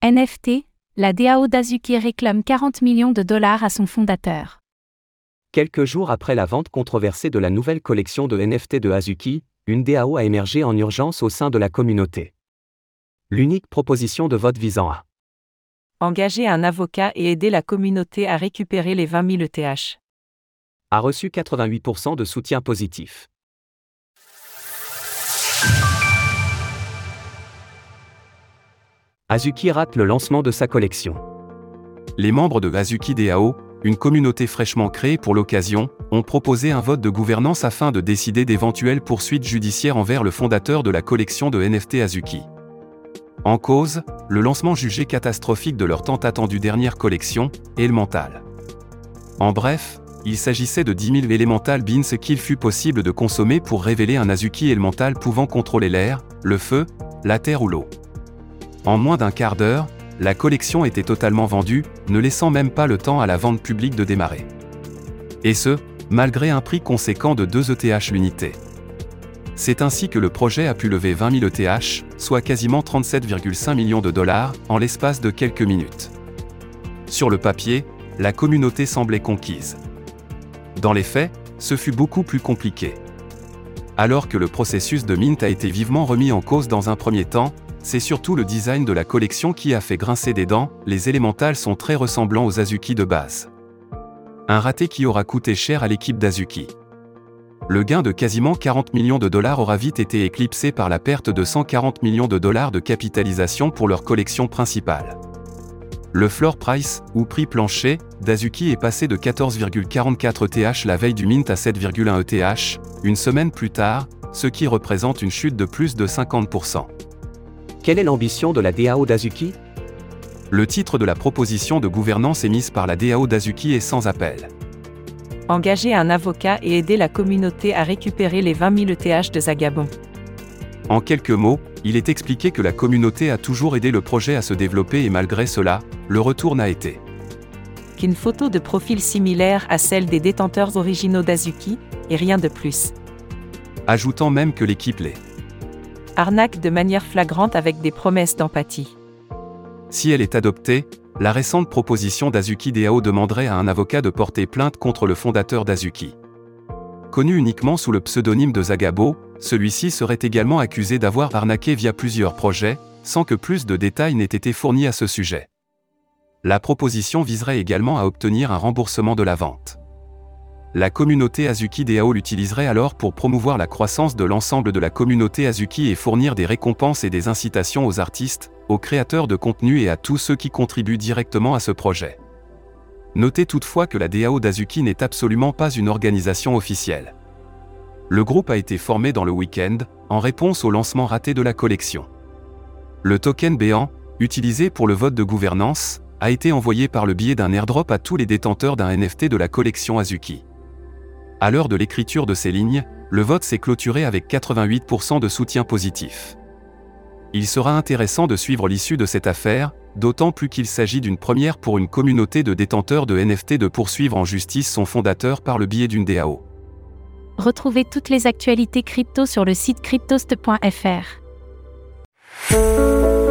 NFT, la DAO d'Azuki réclame 40 millions de dollars à son fondateur. Quelques jours après la vente controversée de la nouvelle collection de NFT de Azuki, une DAO a émergé en urgence au sein de la communauté. L'unique proposition de vote visant à engager un avocat et aider la communauté à récupérer les 20 000 ETH. a reçu 88% de soutien positif. Azuki rate le lancement de sa collection. Les membres de Azuki DAO, une communauté fraîchement créée pour l'occasion, ont proposé un vote de gouvernance afin de décider d'éventuelles poursuites judiciaires envers le fondateur de la collection de NFT Azuki. En cause, le lancement jugé catastrophique de leur tant attendue dernière collection, Elemental. En bref, il s'agissait de 10 000 Elemental Beans qu'il fut possible de consommer pour révéler un Azuki Elemental pouvant contrôler l'air, le feu, la terre ou l'eau. En moins d'un quart d'heure, la collection était totalement vendue, ne laissant même pas le temps à la vente publique de démarrer. Et ce, malgré un prix conséquent de 2 ETH l'unité. C'est ainsi que le projet a pu lever 20 000 ETH, soit quasiment 37,5 millions de dollars, en l'espace de quelques minutes. Sur le papier, la communauté semblait conquise. Dans les faits, ce fut beaucoup plus compliqué. Alors que le processus de mint a été vivement remis en cause dans un premier temps, c'est surtout le design de la collection qui a fait grincer des dents. Les Elementals sont très ressemblants aux Azuki de base. Un raté qui aura coûté cher à l'équipe d'Azuki. Le gain de quasiment 40 millions de dollars aura vite été éclipsé par la perte de 140 millions de dollars de capitalisation pour leur collection principale. Le floor price, ou prix plancher, d'Azuki est passé de 14,44 ETH la veille du mint à 7,1 ETH, une semaine plus tard, ce qui représente une chute de plus de 50%. Quelle est l'ambition de la DAO d'Azuki ? Le titre de la proposition de gouvernance émise par la DAO d'Azuki est sans appel. Engager un avocat et aider la communauté à récupérer les 20 000 ETH de Zagabond. En quelques mots, il est expliqué que la communauté a toujours aidé le projet à se développer et malgré cela, le retour n'a été qu'une photo de profil similaire à celle des détenteurs originaux d'Azuki, et rien de plus. Ajoutant même que l'équipe l'est. Arnaque de manière flagrante avec des promesses d'empathie. Si elle est adoptée, la récente proposition d'Azuki DAO demanderait à un avocat de porter plainte contre le fondateur d'Azuki. Connu uniquement sous le pseudonyme de Zagabo, celui-ci serait également accusé d'avoir arnaqué via plusieurs projets, sans que plus de détails n'aient été fournis à ce sujet. La proposition viserait également à obtenir un remboursement de la vente. La communauté Azuki DAO l'utiliserait alors pour promouvoir la croissance de l'ensemble de la communauté Azuki et fournir des récompenses et des incitations aux artistes, aux créateurs de contenu et à tous ceux qui contribuent directement à ce projet. Notez toutefois que la DAO d'Azuki n'est absolument pas une organisation officielle. Le groupe a été formé dans le week-end, en réponse au lancement raté de la collection. Le token béant, utilisé pour le vote de gouvernance, a été envoyé par le biais d'un airdrop à tous les détenteurs d'un NFT de la collection Azuki. À l'heure de l'écriture de ces lignes, le vote s'est clôturé avec 88% de soutien positif. Il sera intéressant de suivre l'issue de cette affaire, d'autant plus qu'il s'agit d'une première pour une communauté de détenteurs de NFT de poursuivre en justice son fondateur par le biais d'une DAO. Retrouvez toutes les actualités crypto sur le site cryptost.fr.